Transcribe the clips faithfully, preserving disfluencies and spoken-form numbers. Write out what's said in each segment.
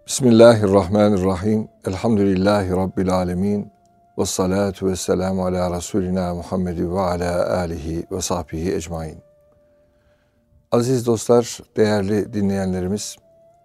Bismillahirrahmanirrahim. Elhamdülillahi Rabbil alemin. Ve salatu ve selamu ala Resulina Muhammedi ve ala alihi ve sahbihi ecmain. Aziz dostlar, değerli dinleyenlerimiz,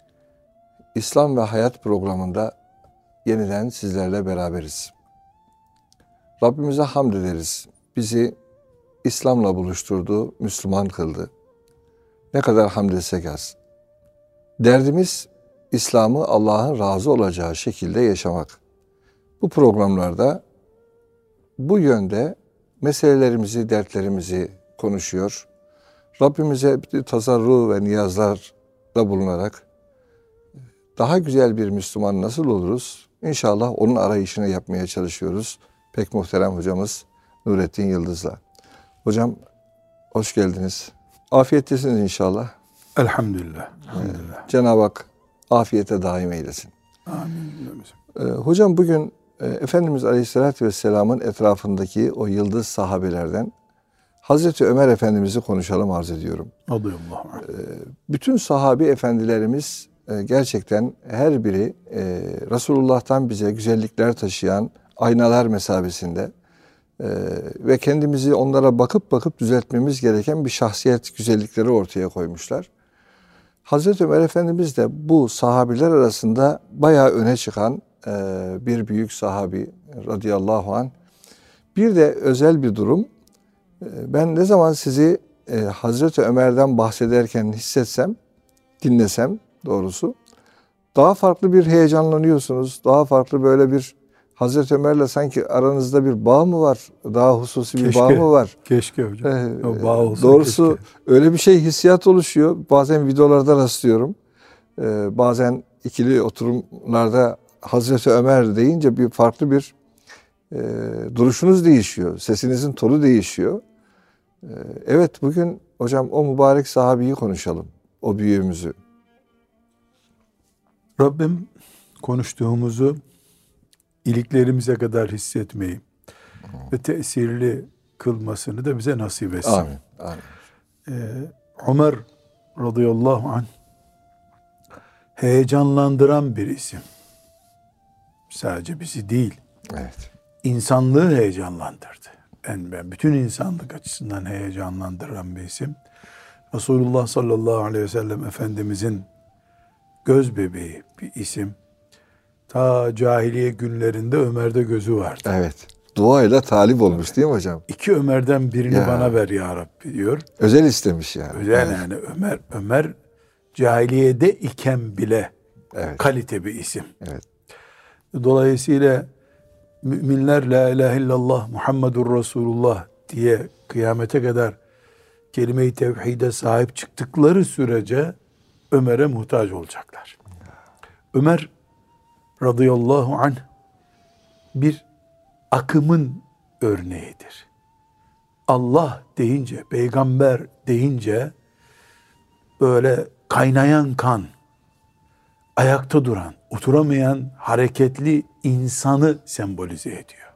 İslam ve Hayat programında yeniden sizlerle beraberiz. Rabbimize hamd ederiz. Bizi İslam'la buluşturdu, Müslüman kıldı. Ne kadar hamd etsek az. Derdimiz İslam'ı Allah'ın razı olacağı şekilde yaşamak. Bu programlarda bu yönde meselelerimizi, dertlerimizi konuşuyor. Rabbimize bir tazarru ve niyazlarda bulunarak daha güzel bir Müslüman nasıl oluruz? İnşallah onun arayışını yapmaya çalışıyoruz. Pek muhterem hocamız Nurettin Yıldız'la. Hocam hoş geldiniz. Afiyettesiniz inşallah. Elhamdülillah. Elhamdülillah. Ee, Cenab-ı Hak afiyete daim eylesin. Amin. Ee, hocam bugün e, Efendimiz Aleyhisselatü Vesselam'ın etrafındaki o yıldız sahabelerden Hazreti Ömer Efendimiz'i konuşalım arz ediyorum. Radıyallahu anh. Ee, bütün sahabi efendilerimiz e, gerçekten her biri e, Resulullah'tan bize güzellikler taşıyan aynalar mesabesinde e, ve kendimizi onlara bakıp bakıp düzeltmemiz gereken bir şahsiyet güzellikleri ortaya koymuşlar. Hazreti Ömer Efendimiz de bu sahabiler arasında bayağı öne çıkan e, bir büyük sahabi radıyallahu anh. Bir de özel bir durum. E, ben ne zaman sizi e, Hazreti Ömer'den bahsederken hissetsem, dinlesem doğrusu, daha farklı bir heyecanlanıyorsunuz. Daha farklı böyle bir Hazreti Ömer'le sanki aranızda bir bağ mı var? Daha hususi bir keşke, bağ mı var? Keşke hocam. Ee, o bağ olsa doğrusu keşke. Öyle bir şey hissiyat oluşuyor. Bazen videolarda rastlıyorum. Ee, bazen ikili oturumlarda Hazreti Ömer deyince bir farklı bir e, duruşunuz değişiyor. Sesinizin tonu değişiyor. Ee, evet bugün hocam o mübarek sahabeyi konuşalım. O büyüğümüzü. Rabbim konuştuğumuzu iliklerimize kadar hissetmeyi ve tesirli kılmasını da bize nasip etsin. Amin. Amin. Ee, Ömer radıyallahu anh heyecanlandıran bir isim. Sadece bizi değil. Evet. İnsanlığı heyecanlandırdı. Ben, ben bütün insanlık açısından heyecanlandıran bir isim. Resulullah sallallahu aleyhi ve sellem Efendimizin göz bebeği bir isim. Ta cahiliye günlerinde Ömer'de gözü vardı. Evet. Duayla talip olmuş değil mi hocam? İki Ömer'den birini ya. bana ver ya Rabbi diyor. Özel istemiş yani. Özel evet. yani Ömer Ömer cahiliyede iken bile evet. kalite bir isim. Evet. Dolayısıyla müminler la ilahe illallah Muhammedur Resulullah diye kıyamete kadar kelime-i tevhide sahip çıktıkları sürece Ömer'e muhtaç olacaklar. Ömer radıyallahu anh bir akımın örneğidir. Allah deyince, peygamber deyince böyle kaynayan kan, ayakta duran, oturamayan hareketli insanı sembolize ediyor.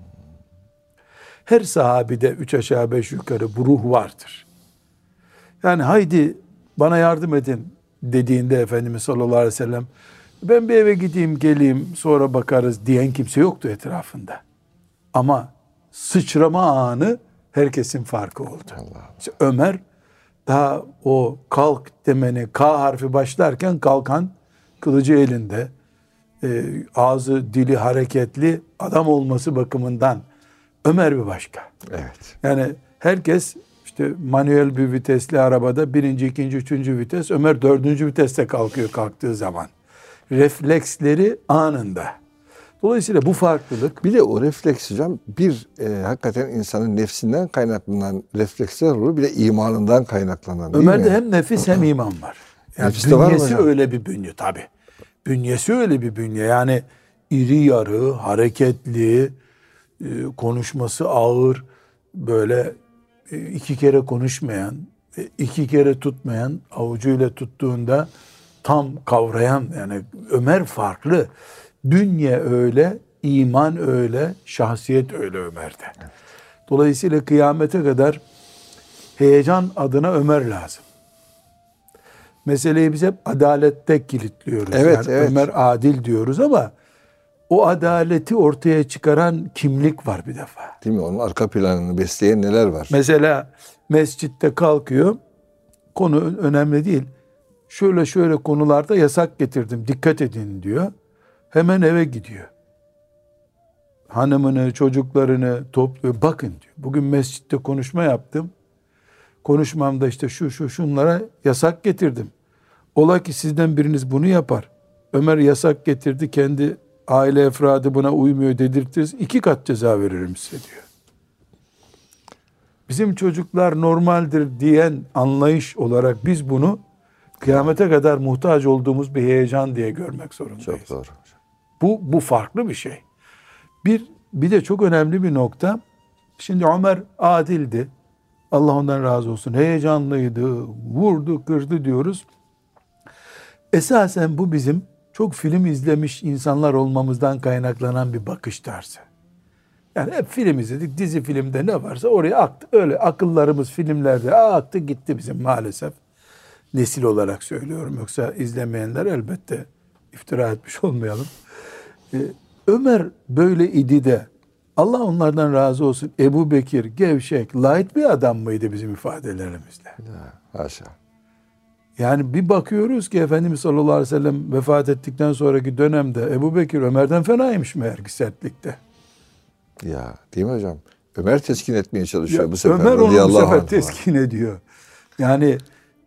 Her sahabide üç aşağı beş yukarı bu ruh vardır. Yani haydi bana yardım edin dediğinde Efendimiz sallallahu aleyhi ve sellem ben bir eve gideyim geleyim sonra bakarız diyen kimse yoktu etrafında. Ama sıçrama anı herkesin farkı oldu. Allah. İşte Ömer daha o kalk demeni K harfi başlarken kalkan kılıcı elinde e, ağzı dili hareketli adam olması bakımından Ömer bir başka. Evet. Yani herkes işte manuel bir vitesli arabada birinci, ikinci, üçüncü vites Ömer dördüncü viteste kalkıyor kalktığı zaman. Refleksleri anında. Dolayısıyla bu farklılık. Bir de o refleks hocam bir e, hakikaten insanın nefsinden kaynaklanan refleksler olur. Bir de imanından kaynaklanan değil Ömer'de mi? hem nefis hem iman var. Yani Nefiste var mı bünyesi hocam? öyle bir bünye tabi. Bünyesi öyle bir bünye. Yani iri yarı, hareketli, e, konuşması ağır, böyle e, iki kere konuşmayan, e, iki kere tutmayan, avucuyla tuttuğunda tam kavrayan, yani Ömer farklı. Bünye öyle, iman öyle, şahsiyet öyle Ömer'de. Dolayısıyla kıyamete kadar heyecan adına Ömer lazım. meseleyi biz hep adalette kilitliyoruz. Evet, yani evet. Ömer adil diyoruz ama o adaleti ortaya çıkaran kimlik var bir defa. Değil mi? Onun arka planını besleyen neler var? Mesela mescitte kalkıyor. Konu önemli değil. Şöyle şöyle konularda yasak getirdim. Dikkat edin diyor. Hemen eve gidiyor. Hanımını, çocuklarını topluyor. Bakın diyor. Bugün mescitte konuşma yaptım. Konuşmamda işte şu şu şunlara yasak getirdim. Ola ki sizden biriniz bunu yapar. Ömer yasak getirdi. Kendi aile efradı buna uymuyor dedirtiriz. İki kat ceza veririm size diyor. Bizim çocuklar normaldir diyen anlayış olarak biz bunu kıyamete kadar muhtaç olduğumuz bir heyecan diye görmek zorundayız. Çok doğru. Bu, bu farklı bir şey. Bir, bir de çok önemli bir nokta. Şimdi Ömer adildi. Allah ondan razı olsun. Heyecanlıydı. Vurdu, kırdı diyoruz. Esasen bu bizim çok film izlemiş insanlar olmamızdan kaynaklanan bir bakış tarzı. Yani hep film izledik. Dizi filmde ne varsa oraya aktı. Öyle akıllarımız filmlerde aktı gitti bizim maalesef. Nesil olarak söylüyorum. Yoksa izlemeyenler elbette iftira etmiş olmayalım. Ee, Ömer böyle idi de Allah onlardan razı olsun. Ebu Bekir gevşek, light bir adam mıydı bizim ifadelerimizle? Ya, haşa. Yani bir bakıyoruz ki Efendimiz sallallahu aleyhi ve sellem vefat ettikten sonraki dönemde Ebu Bekir Ömer'den fenaymış meğer ki sertlikte. Ya değil mi hocam? Ömer teskin etmeye çalışıyor Ya, bu sefer. Ömer onu bu radıyallahu sefer anh teskin ediyor. Yani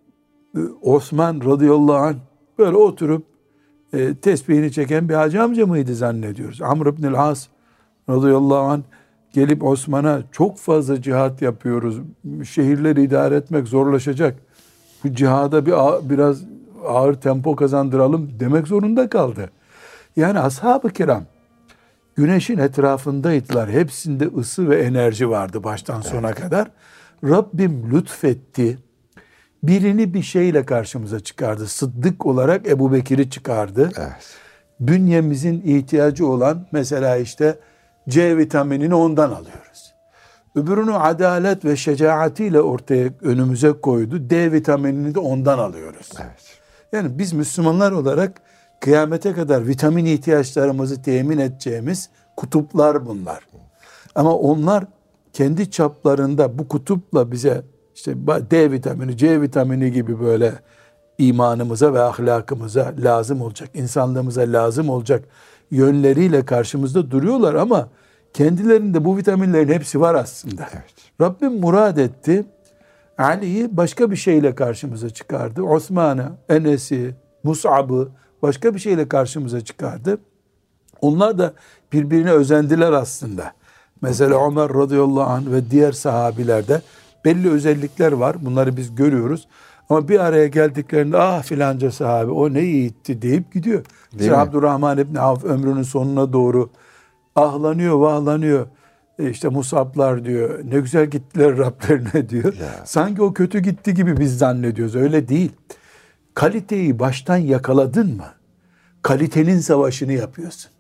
Osman radıyallahu anh böyle oturup e, tesbihini çeken bir hacı amca mıydı zannediyoruz. Amr ibn-i As radıyallahu anh gelip Osman'a çok fazla cihat yapıyoruz. Şehirleri idare etmek zorlaşacak. Bu cihada bir biraz ağır tempo kazandıralım demek zorunda kaldı. Yani ashab-ı kiram güneşin etrafındaydılar. Hepsinde ısı ve enerji vardı baştan sona evet. kadar. Rabbim lütfetti. Birini bir şeyle karşımıza çıkardı. Sıddık olarak Ebu Bekir'i çıkardı. Evet. Bünyemizin ihtiyacı olan mesela işte C vitaminini ondan alıyoruz. Öbürünü adalet ve şecaatiyle ortaya önümüze koydu. D vitaminini de ondan alıyoruz. Evet. Yani biz Müslümanlar olarak kıyamete kadar vitamin ihtiyaçlarımızı temin edeceğimiz kutuplar bunlar. Ama onlar kendi çaplarında bu kutupla bize işte D vitamini, C vitamini gibi böyle imanımıza ve ahlakımıza lazım olacak, insanlığımıza lazım olacak yönleriyle karşımızda duruyorlar ama kendilerinde bu vitaminlerin hepsi var aslında. Evet. Rabbim murad etti. Ali'yi başka bir şeyle karşımıza çıkardı. Osman'ı, Enes'i, Mus'ab'ı başka bir şeyle karşımıza çıkardı. Onlar da birbirine özendiler aslında. Mesela Ömer radıyallahu anh ve diğer sahabilerde belli özellikler var. Bunları biz görüyoruz. Ama bir araya geldiklerinde ah filanca sahabe o ne yiğitti deyip gidiyor. Mesela Abdurrahman İbni Avf ömrünün sonuna doğru ahlanıyor, vahlanıyor. E işte Musablar diyor. Ne güzel gittiler Rablerine diyor. Ya. Sanki o kötü gitti gibi biz zannediyoruz. Öyle değil. Kaliteyi baştan yakaladın mı? Kalitenin savaşını yapıyorsun.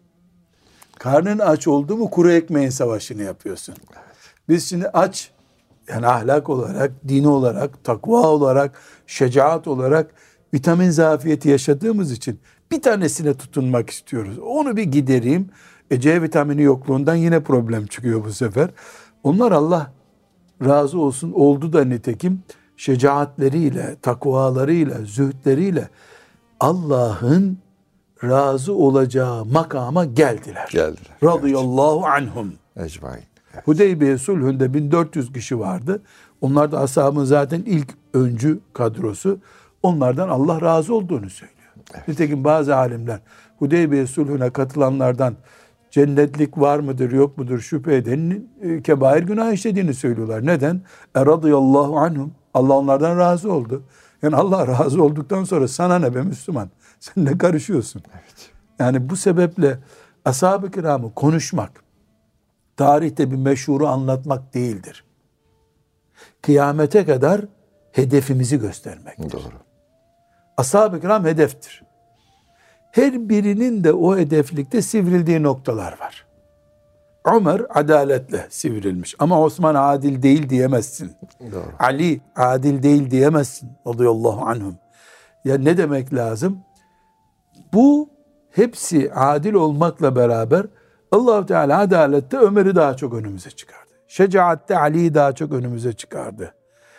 Karnın aç oldu mu kuru ekmeğin savaşını yapıyorsun. Biz şimdi aç, yani ahlak olarak, dini olarak, takva olarak, şecaat olarak vitamin zafiyeti yaşadığımız için bir tanesine tutunmak istiyoruz. Onu bir gidereyim. E C vitamini yokluğundan yine problem çıkıyor bu sefer. Onlar Allah razı olsun oldu da nitekim şecaatleriyle, takvalarıyla, zühdleriyle Allah'ın razı olacağı makama geldiler. Geldiler. Radıyallahu evet. anhum. Ecmaîn. Evet. Hudeybiye sulhünde bin dört yüz kişi vardı. Onlar da ashabın zaten ilk öncü kadrosu. Onlardan Allah razı olduğunu söylüyor. Evet. Nitekim bazı alimler Hudeybiye sulhüne katılanlardan cennetlik var mıdır yok mudur şüphe edenin kebair günah işlediğini söylüyorlar. Neden? E radıyallahu anhum. Allah onlardan razı oldu. Yani Allah razı olduktan sonra sana ne be Müslüman? Sen ne karışıyorsun? Evet. Yani bu sebeple ashab-ı kiramı konuşmak, tarihte bir meşhuru anlatmak değildir. Kıyamete kadar hedefimizi göstermektir. Doğru. Ashab-ı kiram hedeftir. Her birinin de o hedeflikte sivrildiği noktalar var. Ömer adaletle sivrilmiş ama Osman adil değil diyemezsin. Doğru. Ali adil değil diyemezsin radıyallahu anhum. Ya ne demek lazım? Bu hepsi adil olmakla beraber Allah-u Teala adalette Ömer'i daha çok önümüze çıkardı. Şecaatte Ali'yi daha çok önümüze çıkardı.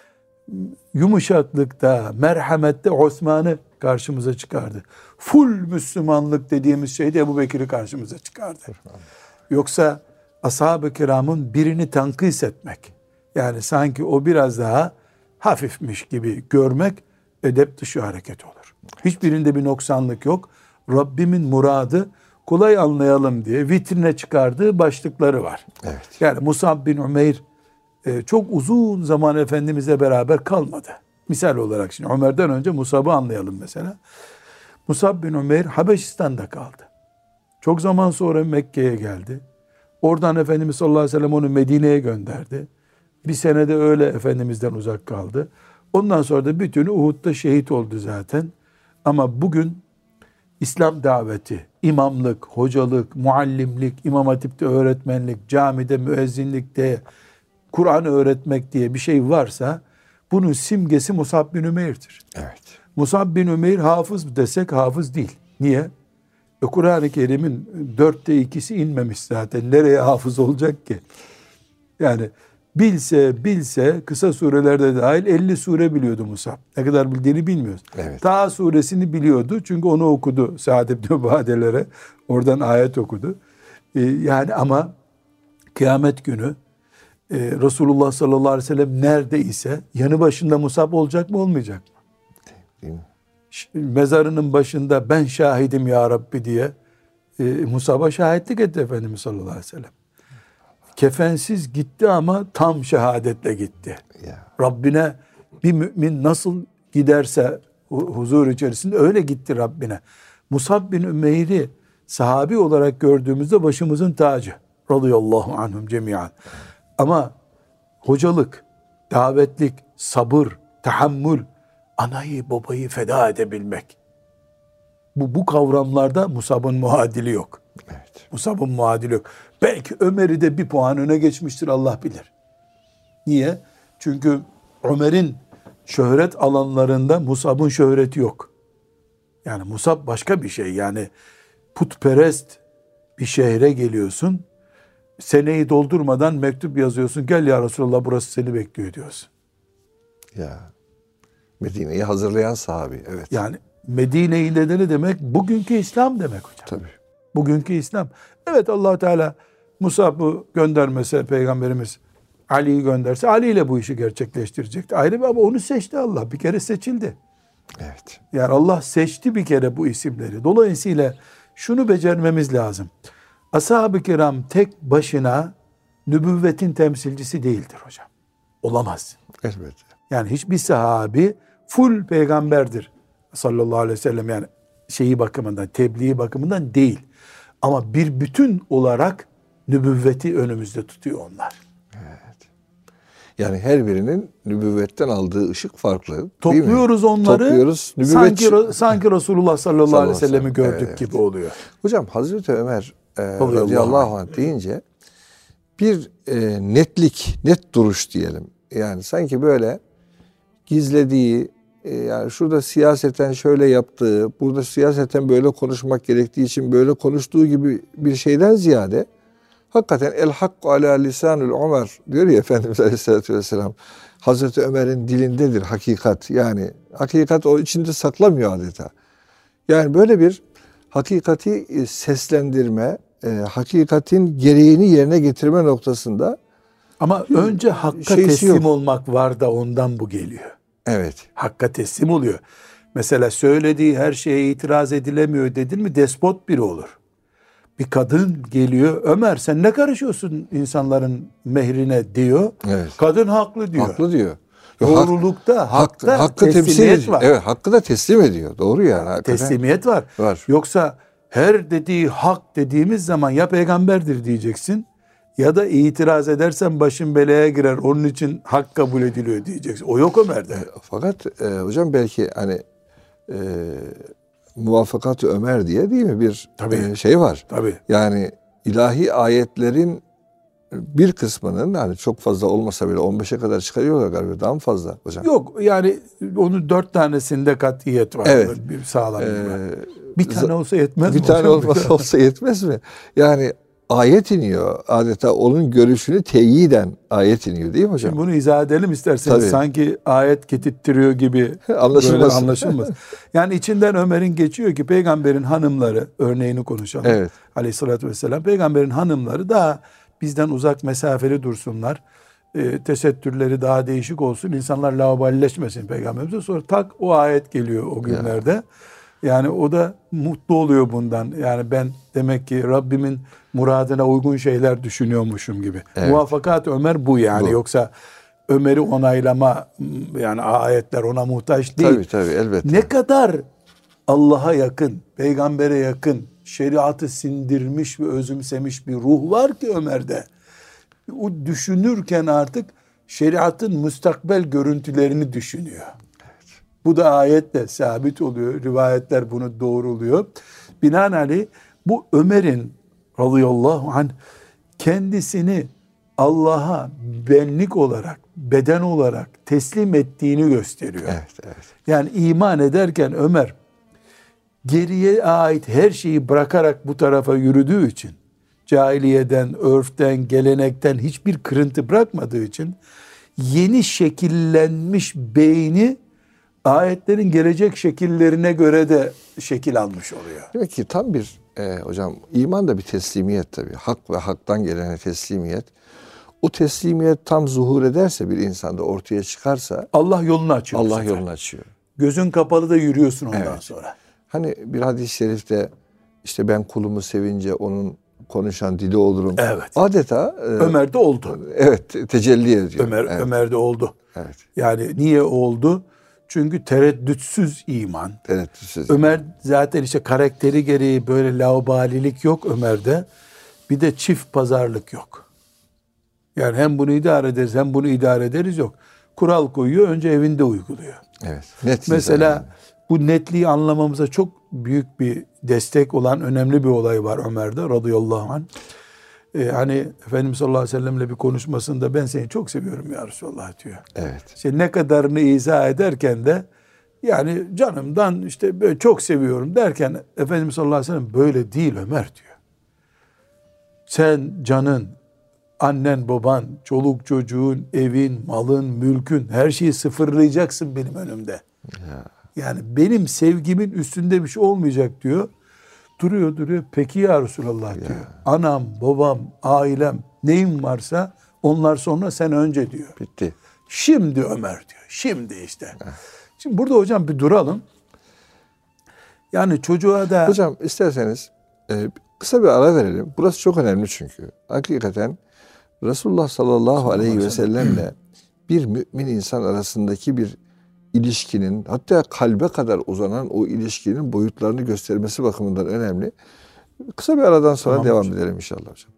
Yumuşaklıkta, merhamette Osman'ı karşımıza çıkardı. Full Müslümanlık dediğimiz şeyde Ebu Bekir'i karşımıza çıkardı. Yoksa ashab-ı kiramın birini tankis etmek, yani sanki o biraz daha hafifmiş gibi görmek edep dışı hareket olur. Hiçbirinde bir noksanlık yok. Rabbimin muradı kolay anlayalım diye vitrine çıkardığı başlıkları var. Evet. Yani Musab bin Umeyr e, çok uzun zaman Efendimizle beraber kalmadı. Misal olarak şimdi Ömer'den önce Musab'ı anlayalım mesela. Musab bin Umeyr Habeşistan'da kaldı. Çok zaman sonra Mekke'ye geldi. Oradan Efendimiz sallallahu aleyhi ve sellem onu Medine'ye gönderdi. Bir senede öyle Efendimiz'den uzak kaldı. Ondan sonra da bütünü Uhud'da şehit oldu zaten. Ama bugün İslam daveti, imamlık, hocalık, muallimlik, imam hatipte öğretmenlik, camide müezzinlikte Kur'an öğretmek diye bir şey varsa bunun simgesi Musab bin Ümeyr'dir. Evet. Musab bin Ümeyr hafız desek hafız değil. Niye? E Kur'an-ı Kerim'in dörtte ikisi inmemiş zaten. Nereye hafız olacak ki? Yani bilse bilse kısa surelerde dahil elli sure biliyordu Musab. Ne kadar bildiğini bilmiyoruz. Evet. Taha suresini biliyordu. Çünkü onu okudu Sa'd ibn Ubade'lere. Oradan ayet okudu. Ee, yani ama kıyamet günü e, Resulullah sallallahu aleyhi ve sellem neredeyse yanı başında Musab olacak mı olmayacak mı? Değil mi? Mezarının başında ben şahidim ya Rabbi diye e, Musab'a şahitlik etti Efendimiz sallallahu aleyhi ve sellem. Kefensiz gitti ama tam şehadetle gitti. Ya. Rabbine bir mümin nasıl giderse huzur içerisinde öyle gitti Rabbine. Musab bin Ümeyr'i sahabi olarak gördüğümüzde başımızın tacı. Radıyallahu anhum cemiyan. Ama hocalık, davetlik, sabır, tahammül, anayı babayı feda edebilmek. Bu, bu kavramlarda Musab'ın muadili yok. Evet. Musab'ın muadili yok. Belki Ömer'i de bir puan öne geçmiştir, Allah bilir. Niye? Çünkü Ömer'in şöhret alanlarında Musab'ın şöhreti yok. Yani Musab başka bir şey. Yani putperest bir şehre geliyorsun. Seneyi doldurmadan mektup yazıyorsun. Gel ya Resulallah, burası seni bekliyor diyorsun. Ya. Medine'yi hazırlayan sahabi. Evet. Yani Medine'yi de ne demek? Bugünkü İslam demek hocam. Tabii. Bugünkü İslam. Evet, Allah Teala Musab'ı göndermese, Peygamberimiz Ali'yi gönderse Ali ile bu işi gerçekleştirecekti. Ayrı bir, ama onu seçti Allah. Bir kere seçildi. Evet. Yani Allah seçti bir kere bu isimleri. Dolayısıyla şunu becermemiz lazım. Ashab-ı kiram tek başına nübüvvetin temsilcisi değildir hocam. Olamaz. Elbette. Yani hiçbir sahabi full peygamberdir sallallahu aleyhi ve sellem, yani şeyi bakımından, tebliği bakımından değil. Ama bir bütün olarak nübüvveti önümüzde tutuyor onlar. Evet. Yani her birinin nübüvvetten aldığı ışık farklı. Topluyoruz onları. Topluyoruz. Nübüvvet... Sanki, sanki Resulullah sallallahu aleyhi ve sellem'i gördük evet, gibi evet. oluyor. Hocam Hazreti Ömer e, radıyallahu anh deyince bir e, netlik, net duruş diyelim. Yani sanki böyle gizlediği, e, yani şurada siyaseten şöyle yaptığı, burada siyaseten böyle konuşmak gerektiği için böyle konuştuğu gibi bir şeyden ziyade hakikaten el hakku ala lisanul Ömer diyor ya Efendimiz Aleyhisselatü Vesselam. Hazreti Ömer'in dilindedir hakikat. Yani hakikat o içinde saklamıyor adeta. Yani böyle bir hakikati seslendirme, e, hakikatin gereğini yerine getirme noktasında. Ama önce hakka teslim yok. olmak var da ondan bu geliyor. Evet. Hakka teslim oluyor. Mesela söylediği her şeye itiraz edilemiyor dedin mi despot biri olur. Bir kadın geliyor, Ömer sen ne karışıyorsun insanların mehrine diyor. Evet. Kadın haklı diyor. Haklı diyor. Doğrulukta, hakta hakkı teslimiyet temsil var. Evet, hakkı da teslim ediyor. Doğru yani. Hakikaten. Teslimiyet var. Var. Yoksa her dediği hak dediğimiz zaman ya peygamberdir diyeceksin ya da itiraz edersen başın belaya girer. Onun için hak kabul ediliyor diyeceksin. O yok Ömer'de. E, fakat e, hocam belki hani e, muvaffakat-ı Ömer diye değil mi bir e, şey var. Tabii. Yani ilahi ayetlerin bir kısmının, hani çok fazla olmasa bile on beşe kadar çıkarıyorlar galiba, daha mı fazla hocam? Yok yani onu dört tanesinde katiyet var. Evet. Bir sağlam. Ee, bir tane olsa yetmez bir mi? tane hocam? olmasa olsa yetmez mi? Yani ayet iniyor. Adeta onun görüşünü teyiden ayet iniyor değil mi hocam? Şimdi bunu izah edelim isterseniz. Tabii. Sanki ayet getirttiriyor gibi Anlaşılmaz. böyle anlaşılmaz. Yani içinden Ömer'in geçiyor ki peygamberin hanımları, örneğini konuşalım. Evet. Aleyhissalatü vesselam. Peygamberin hanımları daha bizden uzak mesafeli dursunlar. E, tesettürleri daha değişik olsun. İnsanlar laubalileşmesin peygamberimize. Sonra tak o ayet geliyor o günlerde. Ya. Yani o da mutlu oluyor bundan. Yani ben demek ki Rabbimin muradına uygun şeyler düşünüyormuşum gibi. Evet. Muvaffakat Ömer bu yani. Bu. Yoksa Ömer'i onaylama, yani ayetler ona muhtaç değil. Tabii tabii elbette. Ne kadar Allah'a yakın, peygambere yakın, şeriatı sindirmiş ve özümsemiş bir ruh var ki Ömer'de. O düşünürken artık şeriatın müstakbel görüntülerini düşünüyor. Bu da ayetle sabit oluyor. Rivayetler bunu doğruluyor. Binaenaleyh bu Ömer'in radıyallahu anh kendisini Allah'a benlik olarak, beden olarak teslim ettiğini gösteriyor. Evet, evet. Yani iman ederken Ömer geriye ait her şeyi bırakarak bu tarafa yürüdüğü için, cahiliyeden, örften, gelenekten hiçbir kırıntı bırakmadığı için yeni şekillenmiş beyni ayetlerin gelecek şekillerine göre de şekil almış oluyor. Demek ki tam bir e, hocam iman da bir teslimiyet tabii. Hak ve haktan gelene teslimiyet. O teslimiyet tam zuhur ederse bir insanda ortaya çıkarsa Allah yolunu açıyor. Allah yolunu açıyor. Gözün kapalı da yürüyorsun ondan evet. sonra. Hani bir hadis-i şerifte işte ben kulumu sevince onun konuşan dili olurum. Evet. Adeta e, Ömer'de oldu. Evet, tecelli ediyor. Ömer evet. Ömer'de oldu. Evet. Yani niye oldu? Çünkü tereddütsüz iman. Tereddütsüz. Ömer zaten işte karakteri gereği böyle laubalilik yok Ömer'de. Bir de çift pazarlık yok. Yani hem bunu idare ederiz hem bunu idare ederiz yok. Kural koyuyor, önce evinde uyguluyor. Evet. Net Mesela yani. bu netliği anlamamıza çok büyük bir destek olan önemli bir olay var Ömer'de radıyallahu anh. Ee, hani Efendimiz sallallahu aleyhi ve sellemle bir konuşmasında ben seni çok seviyorum ya Resulallah diyor. Evet. İşte ne kadarını izah ederken de yani canımdan işte böyle çok seviyorum derken Efendimiz sallallahu aleyhi ve sellem böyle değil Ömer diyor. Sen canın, annen, baban, çoluk çocuğun, evin, malın, mülkün her şeyi sıfırlayacaksın benim önümde. Ya. Yani benim sevgimin üstünde bir şey olmayacak diyor. Duruyor duruyor. Peki ya Resulallah diyor. Ya. Anam, babam, ailem neyim varsa onlar sonra sen önce diyor. Bitti. Şimdi Ömer diyor. Şimdi işte. Heh. Şimdi burada hocam bir duralım. Yani çocuğa da... Hocam isterseniz e, kısa bir ara verelim. Burası çok önemli çünkü. Hakikaten Resulullah sallallahu aleyhi ve sellemle bir mümin insan arasındaki bir ilişkinin, hatta kalbe kadar uzanan o ilişkinin boyutlarını göstermesi bakımından önemli. Kısa bir aradan sonra tamam, devam hocam. edelim inşallah hocam.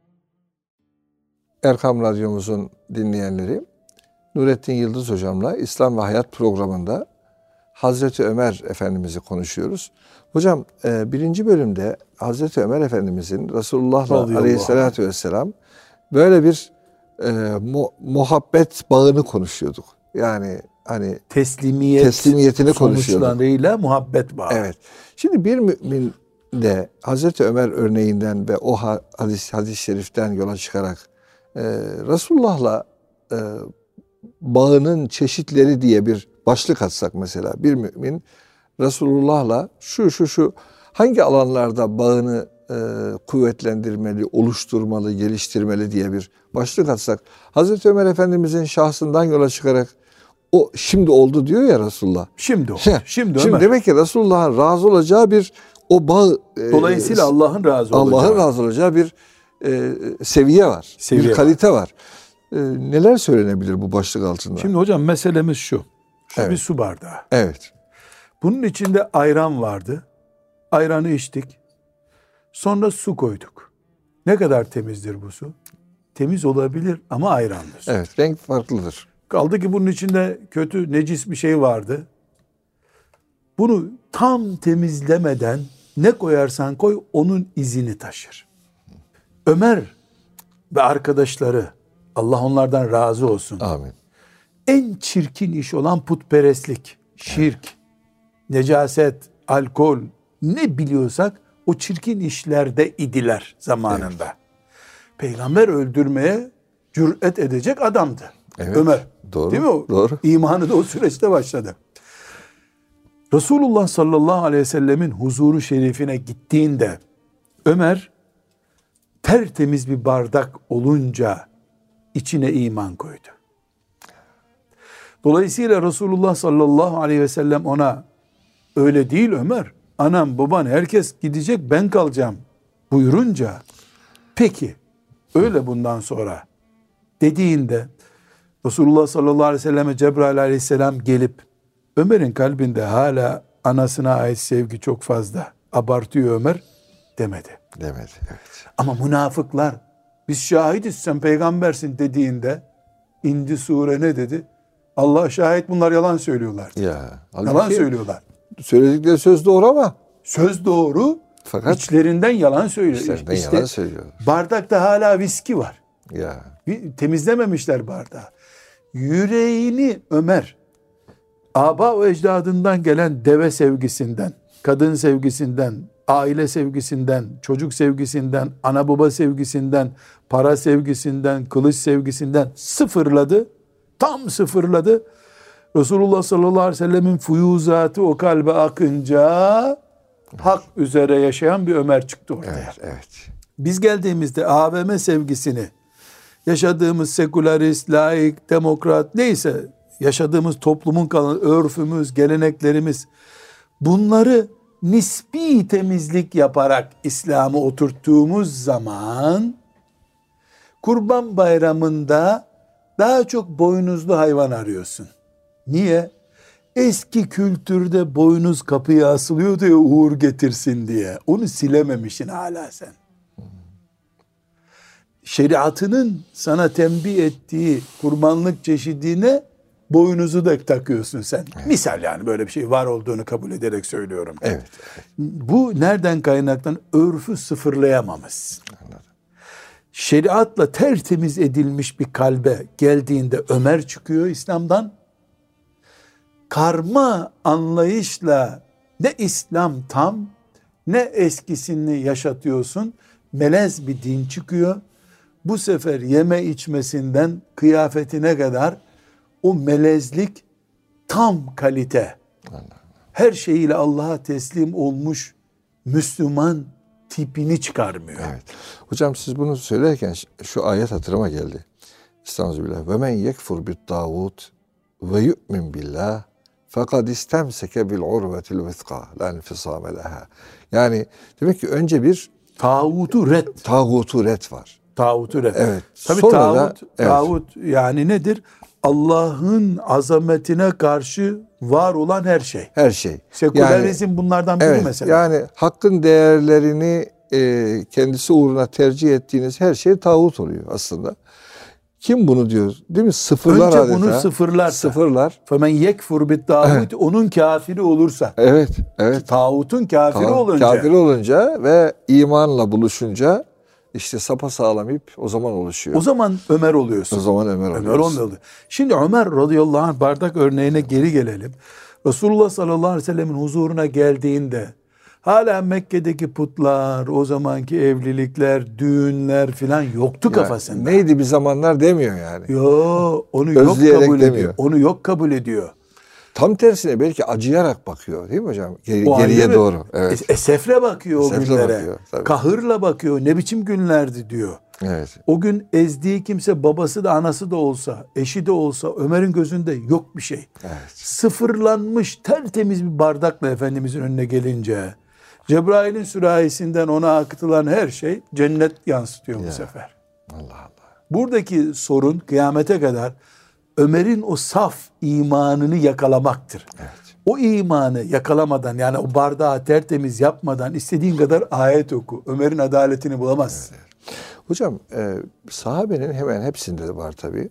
Erkam Radyomuzun dinleyenleri, Nurettin Yıldız hocamla İslam ve Hayat programında Hazreti Ömer Efendimiz'i konuşuyoruz. Hocam birinci bölümde Hazreti Ömer Efendimiz'in Resulullah'la aleyhissalatü vesselam böyle bir e, mu, muhabbet bağını konuşuyorduk. Yani hani teslimiyet teslimiyetini konuşuyorduk. Sonuçlarıyla muhabbet bağı. Evet. Şimdi bir mümin de Hazreti Ömer örneğinden ve o hadis hadis-i şeriften yola çıkarak e, Resulullah'la e, bağının çeşitleri diye bir başlık atsak mesela, bir mümin Resulullah'la şu şu şu hangi alanlarda bağını e, kuvvetlendirmeli, oluşturmalı, geliştirmeli diye bir başlık atsak, Hazreti Ömer Efendimizin şahsından yola çıkarak o şimdi oldu diyor ya Resulullah. Şimdi oldu. Şimdi, Şimdi Ömer. demek ki Resulullah'ın razı olacağı bir o bağ, dolayısıyla e, Allah'ın razı olacağı. Allah'ın razı olacağı bir e, seviye var. Seviye bir kalite var. var. E, neler söylenebilir bu başlık altında? Şimdi hocam meselemiz şu. Şu evet. bir su bardağı. Evet. Bunun içinde ayran vardı. Ayranı içtik. Sonra su koyduk. Ne kadar temizdir bu su? Temiz olabilir ama ayrandır. Evet, renk farklıdır. Kaldı ki bunun içinde kötü, necis bir şey vardı. Bunu tam temizlemeden ne koyarsan koy onun izini taşır. Ömer ve arkadaşları, Allah onlardan razı olsun, Amin. en çirkin iş olan putperestlik, şirk, necaset, alkol, ne biliyorsak o çirkin işlerde idiler zamanında. Evet. Peygamber öldürmeye cüret edecek adamdı. Evet, Ömer. doğru, Değil mi o? Doğru. İmanı da o süreçte başladı. Resulullah sallallahu aleyhi ve sellemin huzuru şerifine gittiğinde Ömer tertemiz bir bardak olunca içine iman koydu. Dolayısıyla Resulullah sallallahu aleyhi ve sellem ona öyle değil Ömer, anam baban herkes gidecek ben kalacağım buyurunca peki öyle bundan sonra dediğinde Resulullah sallallahu aleyhi ve selleme Cebrail aleyhisselam gelip Ömer'in kalbinde hala anasına ait sevgi çok fazla, abartıyor Ömer demedi. Demedi, evet. Ama münafıklar biz şahidiz sen peygambersin dediğinde indi sure ne dedi? Allah şahit bunlar yalan söylüyorlar. Ya, yalan söylüyorlar. Söyledikleri söz doğru ama söz doğru fakat içlerinden yalan söylüyor. İçlerinden işte, yalan söylüyor. Bardakta hala viski var. Ya. Temizlememişler bardağı. Yüreğini Ömer aba ve ecdadından gelen deve sevgisinden, kadın sevgisinden, aile sevgisinden, çocuk sevgisinden, ana baba sevgisinden, para sevgisinden, kılıç sevgisinden sıfırladı. Tam sıfırladı. Resulullah sallallahu aleyhi ve sellemin fuyuzatı o kalbe akınca evet. hak üzere yaşayan bir Ömer çıktı ortaya. Evet, evet. Biz geldiğimizde A V M sevgisini yaşadığımız sekülerist, laik, demokrat neyse yaşadığımız toplumun kalan örfümüz, geleneklerimiz bunları nispi temizlik yaparak İslam'ı oturttuğumuz zaman Kurban Bayramı'nda daha çok boynuzlu hayvan arıyorsun. Niye? Eski kültürde boynuz kapıya asılıyordu ya uğur getirsin diye. Onu silememişsin hala sen. Şeriatının sana tembih ettiği kurbanlık çeşidine boynuzu da takıyorsun sen. Evet. Misal yani böyle bir şey var olduğunu kabul ederek söylüyorum. Evet. evet. Bu nereden kaynaklan? Örfü sıfırlayamamışsın. Anladım. Şeriatla tertemiz edilmiş bir kalbe geldiğinde Ömer çıkıyor İslam'dan. Karma anlayışla ne İslam tam ne eskisini yaşatıyorsun. Melez bir din çıkıyor. Bu sefer yeme içmesinden kıyafetine kadar o melezlik tam kalite. Her şeyiyle Allah'a teslim olmuş Müslüman tipini çıkarmıyor. Evet. Hocam siz bunu söylerken şu ayet hatırıma geldi. Estağfirullah. Ve men yekfur bit tağut ve yu'min billah fakat istemseke bil urvetil vithqa la infisame leha. Yani demek ki önce bir tağutu red. Tağutu red var. Tağutu red. Evet. Tabii Sonra tağut, da, evet. tağut yani nedir? Allah'ın azametine karşı var olan her şey. Her şey. Sekülerizm yani, bunlardan biri evet, mesela. Yani hakkın değerlerini e, kendisi uğruna tercih ettiğiniz her şey tağut oluyor aslında. Kim bunu diyor? Değil mi? Sıfırlar Önce adeta. bunu sıfırlar. Sıfırlar. Femen yekfur bit tağut onun kafiri olursa. Evet, evet. Tağutun kafiri Ta- olunca. Kafiri olunca ve imanla buluşunca işte sapasağlam ip o zaman oluşuyor. O zaman Ömer oluyorsun. O zaman Ömer oluyorsun. Ömer olmalı. Şimdi Ömer radıyallahu anh bardak örneğine geri gelelim. Resulullah sallallahu aleyhi ve sellemin huzuruna geldiğinde hala Mekke'deki putlar, o zamanki evlilikler, düğünler filan yoktu ya, kafasında. Neydi bir zamanlar demiyor yani. Yo, onu yok kabul demiyor. ediyor. Onu yok kabul ediyor. Tam tersine belki acıyarak bakıyor değil mi hocam? Geri, geriye doğru. Evet. Esefle bakıyor Esefle o günlere. Bakıyor, kahırla bakıyor. Ne biçim günlerdi diyor. Evet. O gün ezdiği kimse babası da anası da olsa, eşi de olsa Ömer'in gözünde yok bir şey. Evet. Sıfırlanmış tertemiz bir bardakla Efendimizin önüne gelince Cebrail'in sürahisinden ona akıtılan her şey cennet yansıtıyor ya. Bu sefer. Allah Allah. Buradaki sorun kıyamete kadar Ömer'in o saf imanını yakalamaktır. Evet. O imanı yakalamadan yani o bardağı tertemiz yapmadan istediğin kadar ayet oku. Ömer'in adaletini bulamazsın. Evet. Hocam e, sahabenin hemen hepsinde de var tabii.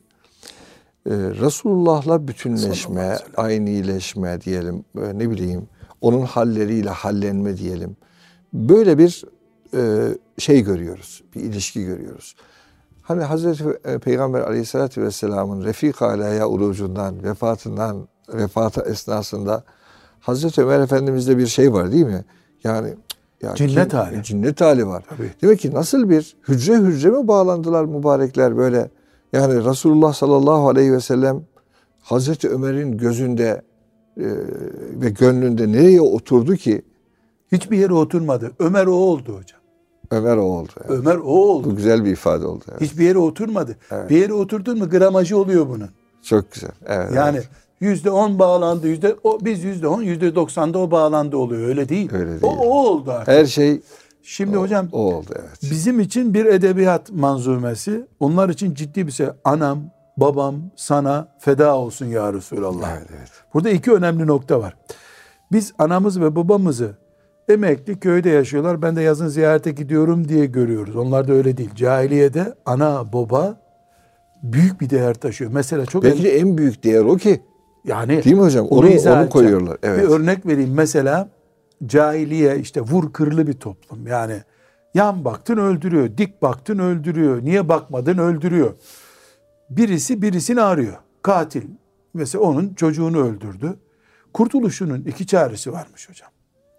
E, Resulullah'la bütünleşme, aynileşme diyelim, e, ne bileyim, onun halleriyle hallenme diyelim. Böyle bir e, şey görüyoruz, bir ilişki görüyoruz. Hani Hazreti Peygamber Aleyhisselatü Vesselam'ın Refik Alâ'ya urucundan, vefatından, vefatı esnasında Hazreti Ömer Efendimiz'de bir şey var değil mi? Yani ya Cinnet kim, hali. Cinnet hali var. Tabii. Demek ki nasıl bir hücre hücre mi bağlandılar mübarekler böyle? Yani Resulullah sallallahu aleyhi ve sellem Hazreti Ömer'in gözünde e, ve gönlünde nereye oturdu ki? Hiçbir yere oturmadı. Ömer o oldu hocam. Ömer o oldu. Evet. Ömer o oldu. Bu güzel bir ifade oldu. Evet. Hiçbir yere oturmadı. Evet. Bir yere oturdun mu gramajı oluyor bunun. Çok güzel. Evet, yani evet. yüzde on bağlandı. Yüzde, o, biz yüzde on, yüzde doksanda o bağlandı oluyor. Öyle değil. Öyle değil. O, o oldu artık. Her şey Şimdi o, hocam o oldu. Evet. bizim için bir edebiyat manzumesi. Onlar için ciddi bir şey. Anam, babam sana feda olsun ya Resulallah. Evet, evet. Burada iki önemli nokta var. Biz anamız ve babamızı emekli köyde yaşıyorlar. Ben de yazın ziyarete gidiyorum diye görüyoruz. Onlar da öyle değil. Cahiliyede ana baba büyük bir değer taşıyor. Mesela çok Belki de en büyük değer o ki. yani değil mi hocam? Onu, onu koyuyorlar. Evet. Bir örnek vereyim. Mesela cahiliye işte vur kırlı bir toplum. Yani yan baktın öldürüyor, dik baktın öldürüyor, niye bakmadın öldürüyor. Birisi birisini arıyor. Katil. Mesela onun çocuğunu öldürdü. Kurtuluşunun iki çaresi varmış hocam.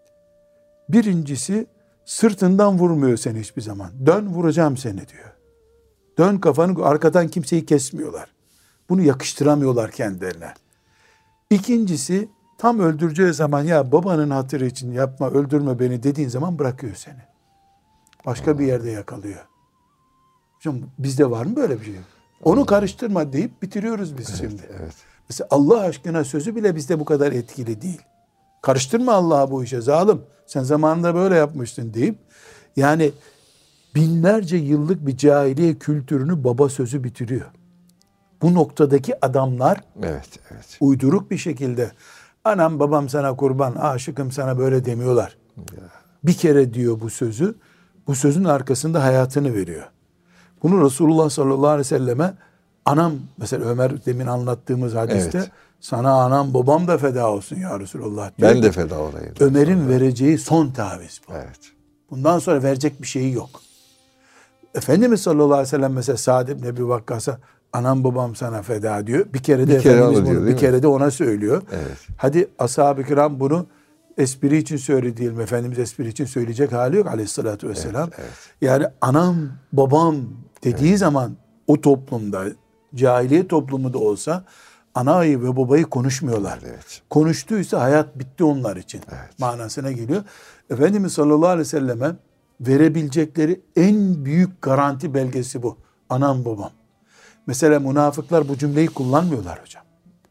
Birincisi sırtından vurmuyor seni hiçbir zaman. Dön vuracağım seni diyor. Dön kafanı, arkadan kimseyi kesmiyorlar. Bunu yakıştıramıyorlar kendilerine. İkincisi tam öldüreceği zaman ya babanın hatırı için yapma öldürme beni dediğin zaman bırakıyor seni. Başka bir yerde yakalıyor. Hocam bizde var mı böyle bir şey? Onu karıştırma deyip bitiriyoruz biz Evet, şimdi. evet. Mesela Allah aşkına sözü bile bizde bu kadar etkili değil. Karıştırma Allah'a bu işe zalim. Sen zamanında böyle yapmıştın deyip yani binlerce yıllık bir cahiliye kültürünü baba sözü bitiriyor. Bu noktadaki adamlar Evet, evet. uyduruk bir şekilde anam babam sana kurban, aşıkım sana böyle demiyorlar. Bir kere diyor bu sözü, bu sözün arkasında hayatını veriyor. Bunu Resulullah sallallahu aleyhi ve selleme anam, mesela Ömer demin anlattığımız hadiste Evet. sana anam babam da feda olsun ya Resulullah diyor. Ben de feda olayım. Ömer'in vereceği son taviz bu. Evet. Bundan sonra verecek bir şeyi yok. Efendimiz sallallahu aleyhi ve sellem mesela Sa'd ibn Ebi Vakkas'a anam babam sana feda diyor. Bir kere de Bir kere Efendimiz onu diyor, bunu değil bir mi? kere de ona söylüyor. Evet. Hadi ashab-ı kiram bunu espri için söyledi diyelim. Efendimiz espri için söyleyecek hali yok aleyhissalatü vesselam. Evet, evet. Yani anam babam dediği evet. zaman o toplumda cahiliye toplumu da olsa anayı ve babayı konuşmuyorlar. Evet. Konuştuysa hayat bitti onlar için. Evet. Manasına geliyor. Efendimiz sallallahu aleyhi ve selleme verebilecekleri en büyük garanti belgesi bu. Anam babam. Mesela münafıklar bu cümleyi kullanmıyorlar hocam.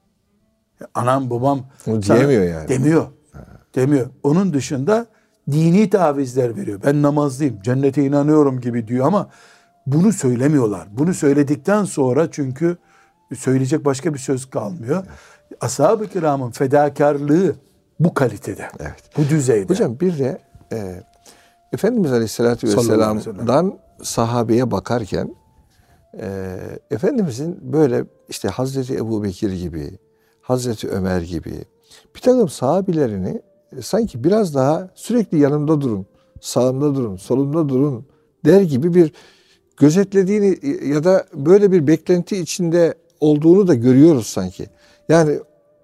Anam babam Onu sana, diyemiyor yani. Demiyor. Ha. Demiyor. Onun dışında dini tavizler veriyor. Ben namazlıyım, cennete inanıyorum gibi diyor ama bunu söylemiyorlar. Bunu söyledikten sonra çünkü söyleyecek başka bir söz kalmıyor. Evet. Ashab-ı kiramın fedakarlığı bu kalitede. Evet. Bu düzeyde. Hocam bir de e, Efendimiz Aleyhisselatü Vesselam'dan sahabeye bakarken e, Efendimizin böyle işte Hazreti Ebu Bekir gibi, Hazreti Ömer gibi bir takım sahabilerini e, sanki biraz daha sürekli yanımda durun, sağımda durun, solumda durun der gibi bir gözetlediğini ya da böyle bir beklenti içinde olduğunu da görüyoruz sanki. Yani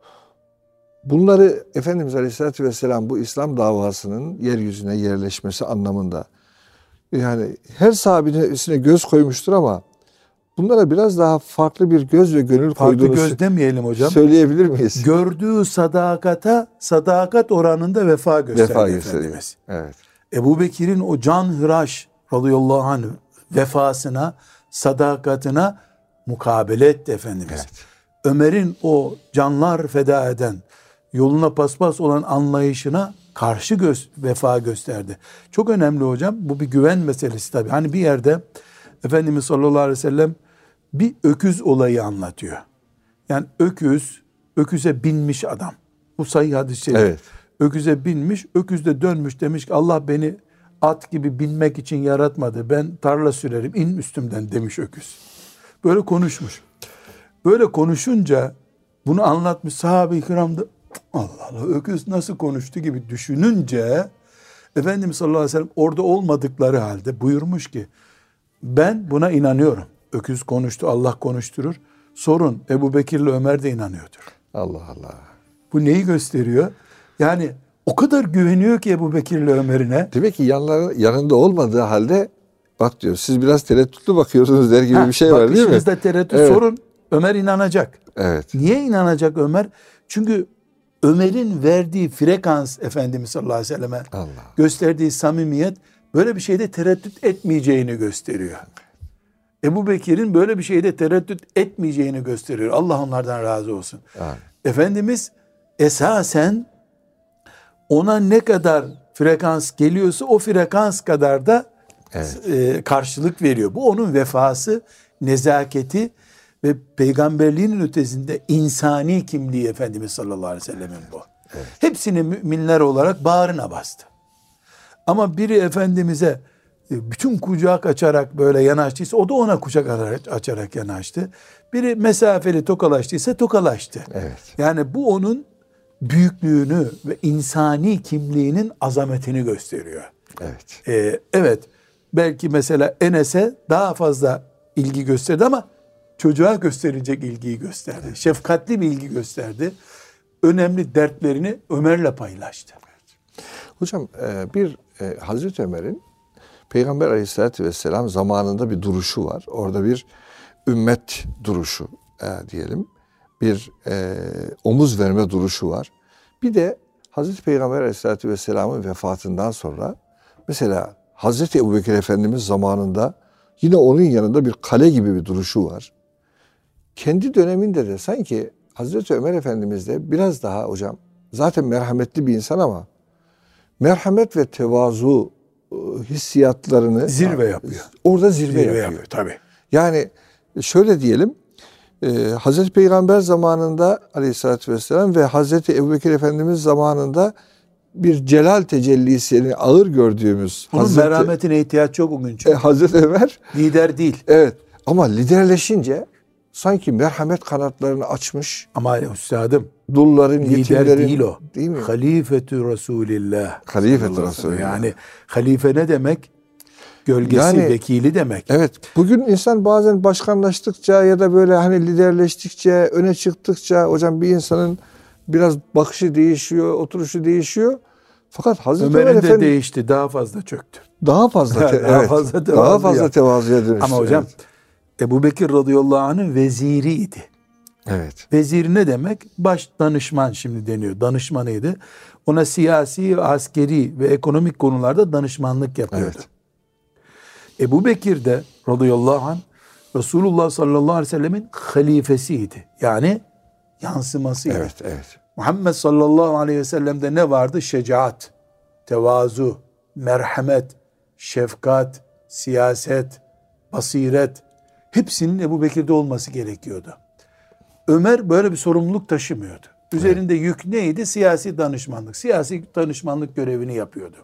bunları Efendimiz Aleyhisselatü Vesselam bu İslam davasının yeryüzüne yerleşmesi anlamında yani her sahabesine göz koymuştur ama bunlara biraz daha farklı bir göz ve gönül farklı koyduğunu göz demeyelim hocam. Söyleyebilir miyiz? Gördüğü sadakata sadakat oranında vefa gösterdi vefa gösteriyor. Efendimiz. Evet. Ebu Bekir'in o canhıraş radıyallahu anh vefasına, sadakatine mukabele etti Efendimiz. Evet. Ömer'in o canlar feda eden, yoluna paspas olan anlayışına karşı göz, vefa gösterdi. Çok önemli hocam. Bu bir güven meselesi tabii. Hani bir yerde Efendimiz sallallahu aleyhi ve sellem bir öküz olayı anlatıyor. Yani öküz, öküze binmiş adam. Bu sahih hadis-i şerif. Evet. Öküze binmiş, öküz de dönmüş demiş ki Allah beni at gibi binmek için yaratmadı. Ben tarla sürerim, in üstümden demiş öküz. Böyle konuşmuş. Böyle konuşunca bunu anlatmış sahabe-i kiram da Allah Allah öküz nasıl konuştu gibi düşününce Efendimiz sallallahu aleyhi ve sellem orada olmadıkları halde buyurmuş ki ben buna inanıyorum. öküz konuştu, Allah konuşturur. Sorun, Ebu Bekir'le Ömer de inanıyordur. Allah Allah. Bu neyi gösteriyor? Yani o kadar güveniyor ki Ebu Bekir'le Ömer'ine. Demek ki yanları, yanında olmadığı halde bak diyor, siz biraz tereddütlü bakıyorsunuz der gibi Ha, bir şey var değil mi? Bakışınızda tereddüt, Evet. sorun. Ömer inanacak. Evet. Niye inanacak Ömer? Çünkü Ömer'in verdiği frekans, Efendimiz sallallahu aleyhi ve selleme Allah. gösterdiği samimiyet böyle bir şeyde tereddüt etmeyeceğini gösteriyor. Ebu Bekir'in böyle bir şeyde tereddüt etmeyeceğini gösteriyor. Allah onlardan razı olsun. Amin. Efendimiz esasen ona ne kadar frekans geliyorsa o frekans kadar da Evet. e, karşılık veriyor. Bu onun vefası, nezaketi ve peygamberliğinin ötesinde insani kimliği Efendimiz sallallahu aleyhi ve sellemin bu. Evet. Hepsini müminler olarak bağrına bastı. Ama biri Efendimiz'e e, bütün kucak açarak böyle yanaştıysa o da ona kucak açarak yanaştı. Biri mesafeli tokalaştıysa tokalaştı. Evet. Yani bu onun büyüklüğünü ve insani kimliğinin azametini gösteriyor. Evet. Ee, evet, belki mesela Enes'e daha fazla ilgi gösterdi ama çocuğa gösterilecek ilgiyi gösterdi. Şefkatli bir ilgi gösterdi. Önemli dertlerini Ömer'le paylaştı. Hocam e, bir e, Hazreti Ömer'in Peygamber Aleyhisselatü Vesselam zamanında bir duruşu var. Orada bir ümmet duruşu e, diyelim. Bir e, omuz verme duruşu var. Bir de Hazreti Peygamber Aleyhisselatü Vesselam'ın vefatından sonra mesela Hazreti Ebubekir Efendimiz zamanında yine onun yanında bir kale gibi bir duruşu var. Kendi döneminde de sanki Hazreti Ömer Efendimiz de biraz daha hocam zaten merhametli bir insan ama merhamet ve tevazu hissiyatlarını Zirve yapıyor. Orada zirve, Zirve yapıyor. yapıyor tabii. Yani şöyle diyelim, e, Hazreti Peygamber zamanında Aleyhisselatü Vesselam ve Hazreti Ebubekir Efendimiz zamanında bir celal tecellisini ağır gördüğümüz Onun Hazreti, merhametine ihtiyaç yok o gün e, çünkü. Hazreti Ömer, Lider değil. evet, ama liderleşince sanki merhamet kanatlarını açmış, Ama üstadım dulların, lider yetimlerin, değil o. değil mi? Halifetü Resulillah. Halifetü Resulillah. Yani halife ne demek? Gölgesi, Yani- vekili demek. Evet, bugün insan bazen başkanlaştıkça ya da böyle hani liderleştikçe, öne çıktıkça hocam bir insanın biraz bakışı değişiyor, oturuşu değişiyor. Fakat Hazreti Ömer Ömer'in de Efendi değişti. Daha fazla çöktü. daha fazla te- Daha evet, fazla tevazu daha fazla yaptı. tevazuya dönüştü. Ama hocam evet. Ebu Bekir radıyallahu anh'ın veziriydi. Evet. Vezir ne demek? Baş danışman şimdi deniyor. Danışmanıydı. Ona siyasi, askeri ve ekonomik konularda danışmanlık yapıyordu. Evet. Ebu Bekir de radıyallahu anh Resulullah sallallahu aleyhi ve sellemin halifesiydi. Yani yansımasıydı. Evet, evet. Muhammed sallallahu aleyhi ve sellem'de ne vardı? Şecaat, tevazu, merhamet, şefkat, siyaset, basiret, hepsinin Ebu Bekir'de olması gerekiyordu. Ömer böyle bir sorumluluk taşımıyordu. Üzerinde evet. yük neydi? Siyasi danışmanlık. Siyasi danışmanlık görevini yapıyordu.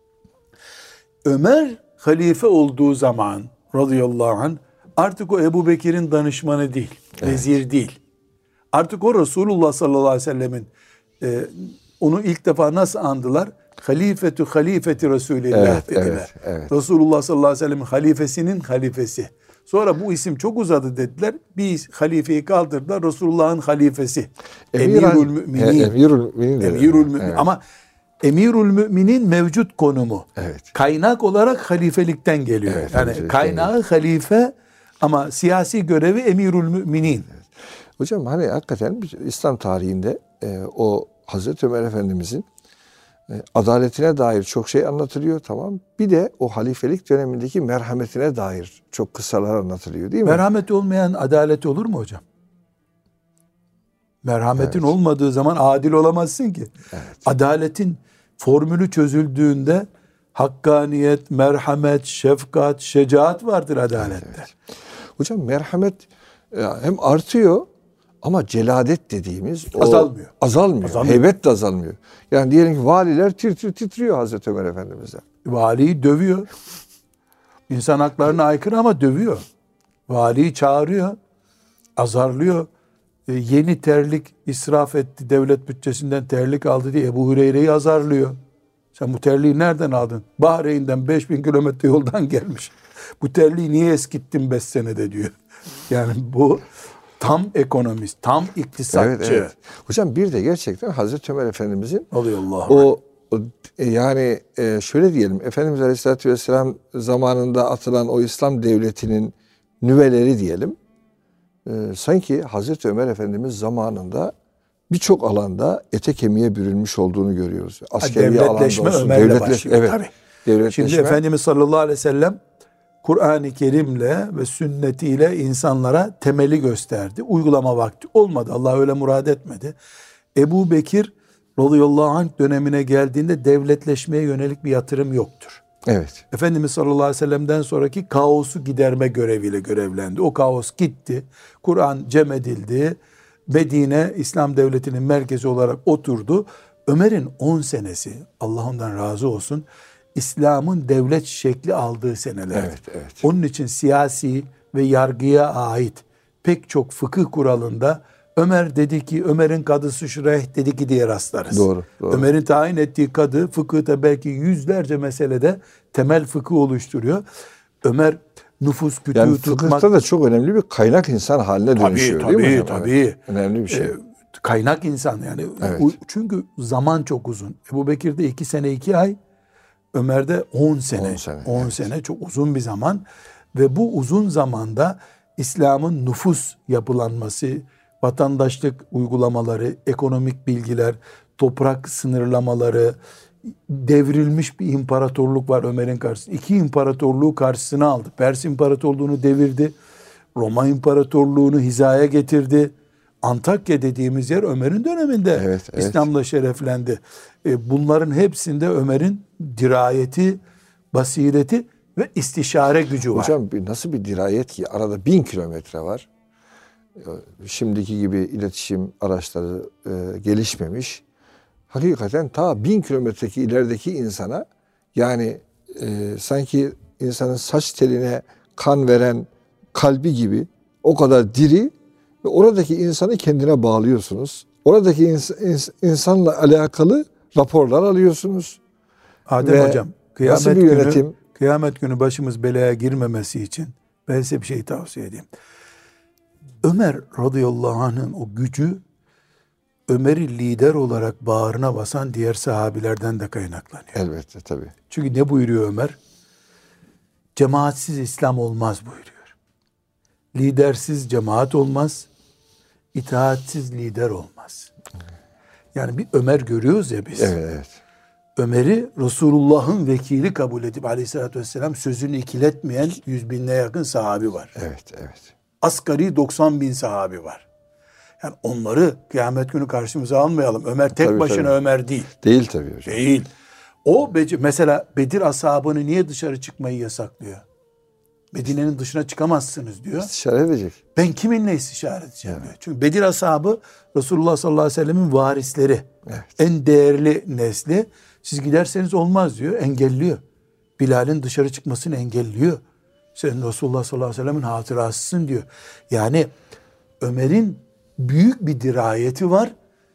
Ömer halife olduğu zaman radıyallahu anh artık o Ebu Bekir'in danışmanı değil, evet. vezir değil. Artık o Resulullah sallallahu aleyhi ve sellemin e, onu ilk defa nasıl andılar? Halifetü halifeti Resulillah Evet, dediler. evet, evet. Resulullah sallallahu aleyhi ve sellemin halifesinin halifesi. Sonra bu isim çok uzadı dediler. Bir halifeyi kaldırdılar. Resulullah'ın halifesi. Emirül Müminin. Emirül Müminin. Emirül Müminin. Evet. Ama Emirül Müminin mevcut konumu. Evet. Kaynak olarak halifelikten geliyor. Evet, yani halifelikten kaynağı halife ama siyasi görevi Emirül Müminin. Evet. Hocam hani hakikaten İslam tarihinde e, o Hazreti Ömer Efendimizin e, adaletine dair çok şey anlatılıyor, tamam. Bir de o halifelik dönemindeki merhametine dair çok kıssalar anlatılıyor, değil mi? Merhamet olmayan adalet olur mu hocam? Merhametin evet. olmadığı zaman adil olamazsın ki. Evet. Adaletin formülü çözüldüğünde hakkaniyet, merhamet, şefkat, şecaat vardır adalette. Evet, evet. Hocam merhamet hem artıyor ama celadet dediğimiz o azalmıyor. Azalmıyor. azalmıyor. Heybet de azalmıyor. Yani diyelim ki valiler tir tir titriyor Hazreti Ömer Efendimiz'e. Valiyi dövüyor. İnsan haklarına aykırı ama dövüyor. Valiyi çağırıyor. Azarlıyor. E, yeni terlik israf etti. Devlet bütçesinden terlik aldı diye Ebu Hureyre'yi azarlıyor. Sen bu terliği nereden aldın? Bahreyn'den beş bin kilometre yoldan gelmiş. Bu terliği niye eskittin beş senede diyor. Yani bu tam ekonomist, tam iktisatçı. Evet, evet. Hocam bir de gerçekten Hazreti Ömer Efendimizin Allah o, o yani e, şöyle diyelim, Efendimiz Aleyhisselatü Vesselam zamanında atılan o İslam devletinin nüveleri diyelim. E, sanki Hazreti Ömer Efendimiz zamanında birçok alanda ete kemiğe bürünmüş olduğunu görüyoruz. Askeri devletleşme alanda olsun. Ömer'le Devletleş, başlıyor. evet, Tabii. devletleşme. Şimdi Efendimiz sallallahu aleyhi ve sellem Kur'an-ı Kerim'le ve sünnetiyle insanlara temeli gösterdi. Uygulama vakti olmadı. Allah öyle murad etmedi. Ebu Bekir radıyallahu anh dönemine geldiğinde devletleşmeye yönelik bir yatırım yoktur. Evet. Efendimiz sallallahu aleyhi ve sellem'den sonraki kaosu giderme göreviyle görevlendi. O kaos gitti. Kur'an cem edildi. Medine İslam devletinin merkezi olarak oturdu. Ömer'in on senesi, Allah ondan razı olsun, İslam'ın devlet şekli aldığı seneler. Evet, evet. Onun için siyasi ve yargıya ait pek çok fıkıh kuralında Ömer dedi ki, Ömer'in kadısı şuraya dedi ki diye rastlarız. Doğru, doğru. Ömer'in tayin ettiği kadı fıkıhta belki yüzlerce meselede temel fıkıh oluşturuyor. Ömer nüfus kütüğü Yani tutmak. fıkıhta da çok önemli bir kaynak insan haline dönüşüyor tabii, değil mi? Tabii Evet. tabii. Önemli bir şey. Ee, kaynak insan yani. Evet. O, çünkü zaman çok uzun. Ebu Bekir'de iki sene iki ay. Ömer'de on sene. on sene, on evet. sene çok uzun bir zaman. Ve bu uzun zamanda İslam'ın nüfus yapılanması, vatandaşlık uygulamaları, ekonomik bilgiler, toprak sınırlamaları, devrilmiş bir imparatorluk var Ömer'in karşısında. İki imparatorluğu karşısına aldı. Pers İmparatorluğunu devirdi. Roma İmparatorluğunu hizaya getirdi. Antakya dediğimiz yer Ömer'in döneminde Evet, evet. İslam'la şereflendi. E, bunların hepsinde Ömer'in dirayeti, basireti ve istişare gücü var. Hocam bir- nasıl bir dirayet ki arada bin kilometre var. Şimdiki gibi iletişim araçları e, gelişmemiş. Hakikaten ta bin kilometreki ilerideki insana, yani e, sanki insanın saç teline kan veren kalbi gibi o kadar diri ve oradaki insanı kendine bağlıyorsunuz. Oradaki ins- ins- insanla alakalı raporlar alıyorsunuz. Adem Ve hocam, nasıl kıyamet bir günü, yönetim? kıyamet günü başımız belaya girmemesi için ben size bir şey tavsiye edeyim. Ömer radıyallahu anh'ın o gücü Ömer'i lider olarak bağrına basan diğer sahabilerden de kaynaklanıyor. Elbette tabii. Çünkü ne buyuruyor Ömer? Cemaatsiz İslam olmaz buyuruyor. Lidersiz cemaat olmaz. İtaatsiz lider olmaz. Yani bir Ömer görüyoruz ya biz. Evet, evet. Ömer'i Resulullah'ın vekili kabul edip aleyhissalatü vesselam sözünü ikiletmeyen yüz binine yakın sahabi var. Evet, evet. Asgari doksan bin sahabi var. Yani onları kıyamet günü karşımıza almayalım. Ömer tek Tabii, başına tabii. Ömer değil. Değil tabii hocam. Değil. O mesela Bedir ashabını niye dışarı çıkmayı yasaklıyor? Medine'nin dışına çıkamazsınız diyor. İstişare edecek. Ben kiminle istişare edeceğim diyor. Çünkü Bedir ashabı Resulullah sallallahu aleyhi ve sellemin varisleri. Evet. En değerli nesli. Siz giderseniz olmaz diyor. Engelliyor. Bilal'in dışarı çıkmasını engelliyor. Sen Resulullah sallallahu aleyhi ve sellemin hatırasısın diyor. Yani Ömer'in büyük bir dirayeti var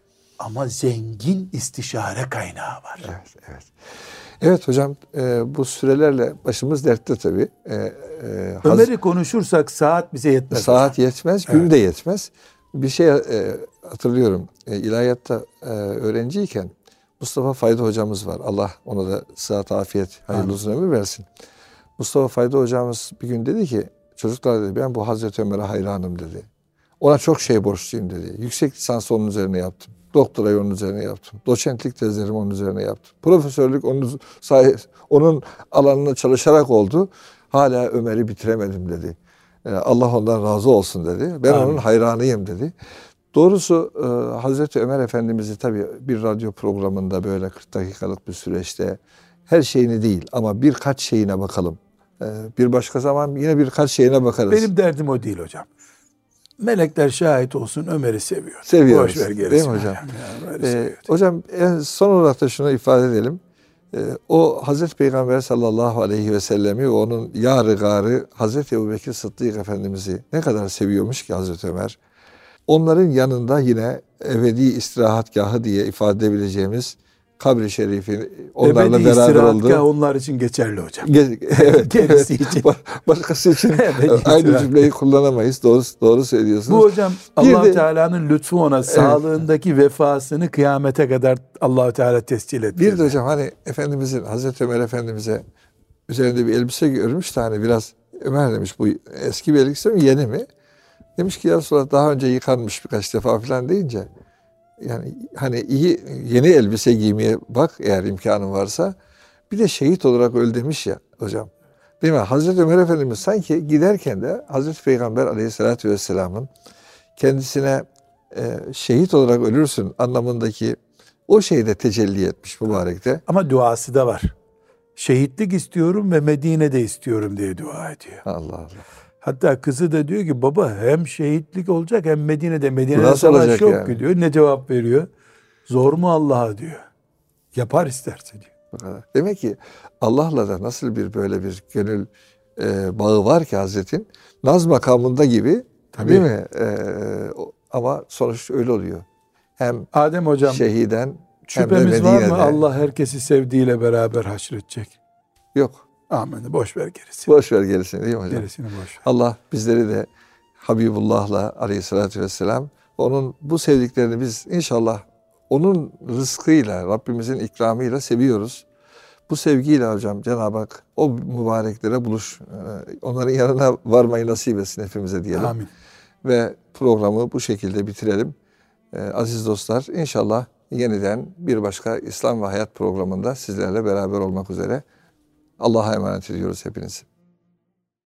ama zengin istişare kaynağı var. Evet, evet. Evet hocam, e, bu sürelerle başımız dertte tabii. E, e, haz- Ömer'i konuşursak saat bize yetmez. saat yetmez, gün de yetmez. Bir şey e, hatırlıyorum. E, ilahiyatta e, öğrenciyken Mustafa Fayda hocamız var. Allah ona da sıhhat, afiyet, hayırlı uzun ömür versin. Mustafa Fayda hocamız bir gün dedi ki, çocuklar dedi, ben bu Hazreti Ömer'e hayranım dedi. Ona çok şey borçluyum dedi. Yüksek lisansı onun üzerine yaptım. Doktorayı onun üzerine yaptım. Doçentlik tezlerimi onun üzerine yaptım. Profesörlük onun sayı, onun alanına çalışarak oldu. Hala Ömer'i bitiremedim dedi. Ee, Allah ondan razı olsun dedi. Ben Amin. onun hayranıyım dedi. Doğrusu e, Hazreti Ömer Efendimiz'i tabii bir radyo programında böyle kırk dakikalık bir süreçte her şeyini değil ama birkaç şeyine bakalım. Ee, bir başka zaman yine birkaç şeyine bakarız. Benim derdim o değil hocam. Melekler şahit olsun Ömer'i seviyor. Seviyoruz. Boş ver gerisini. Değil mi hocam? Yani Ee, hocam en son olarak da şunu ifade edelim. Ee, o Hazreti Peygamber sallallahu aleyhi ve sellemi, onun yâr-ı gârı Hazreti Ebubekir Sıddık Efendimiz'i ne kadar seviyormuş ki Hazreti Ömer. Onların yanında yine ebedi istirahatgahı diye ifade edebileceğimiz kabri şerifi onlarla Ebedi beraber istirahatgah oldu. onlar için geçerli hocam. Ge- evet, Kendisi evet. için. Ba- Başkası için Ebedi aynı istirahat. cümleyi kullanamayız. Doğru, doğru söylüyorsunuz. Bu hocam Bir Allah de- Teala'nın lütfu ona sağlığındaki vefasını kıyamete kadar Allah Teala tescil etti. Bir de hocam hani Efendimizin, Hazreti Ömer Efendimiz'e üzerinde bir elbise görmüş de hani biraz Ömer demiş bu eski bir elbise mi yeni mi? Demiş ki ya Resulallah daha önce yıkanmış birkaç defa falan deyince yani hani iyi yeni elbise giymeye bak eğer imkanın varsa. Bir de şehit olarak öl demiş ya hocam. Değil mi? Hazreti Ömer Efendimiz sanki giderken de Hazreti Peygamber Aleyhisselatü Vesselam'ın kendisine e, şehit olarak ölürsün anlamındaki o şeyde tecelli etmiş mübarekte. Ama duası da var. Şehitlik istiyorum ve Medine'de istiyorum diye dua ediyor. Allah Allah. Hatta kızı da diyor ki baba hem şehitlik olacak hem Medine'de. Medine'de Nasıl savaş olacak yok yani? ki diyor. Ne cevap veriyor? Zor mu Allah'a diyor. Yapar isterse diyor. Bu kadar. Demek ki Allah'la da nasıl bir böyle bir gönül e, bağı var ki Hazretin naz makamında gibi Tabii. değil mi? E, o- ama sonuç öyle oluyor. Hem Adem hocam şehiden hem de şüphemiz var Medine'de. mı Allah herkesi sevdiğiyle beraber haşredecek? Yok. Amin. Boş ver gerisini. Boş ver gerisini değil mi hocam? Gerisini boş ver. Allah bizleri de Habibullah'la Aleyhisselatü Vesselam onun bu sevdiklerini biz inşallah onun rızkıyla Rabbimizin ikramıyla seviyoruz. Bu sevgiyle hocam Cenab-ı Hak o mübareklere buluş, onların yanına varmayı nasip etsin hepimize diyelim. Amin. Ve programı bu şekilde bitirelim. Ee, aziz dostlar inşallah yeniden bir başka İslam ve Hayat programında sizlerle beraber olmak üzere. Allah'a emanet ediyoruz hepinizi.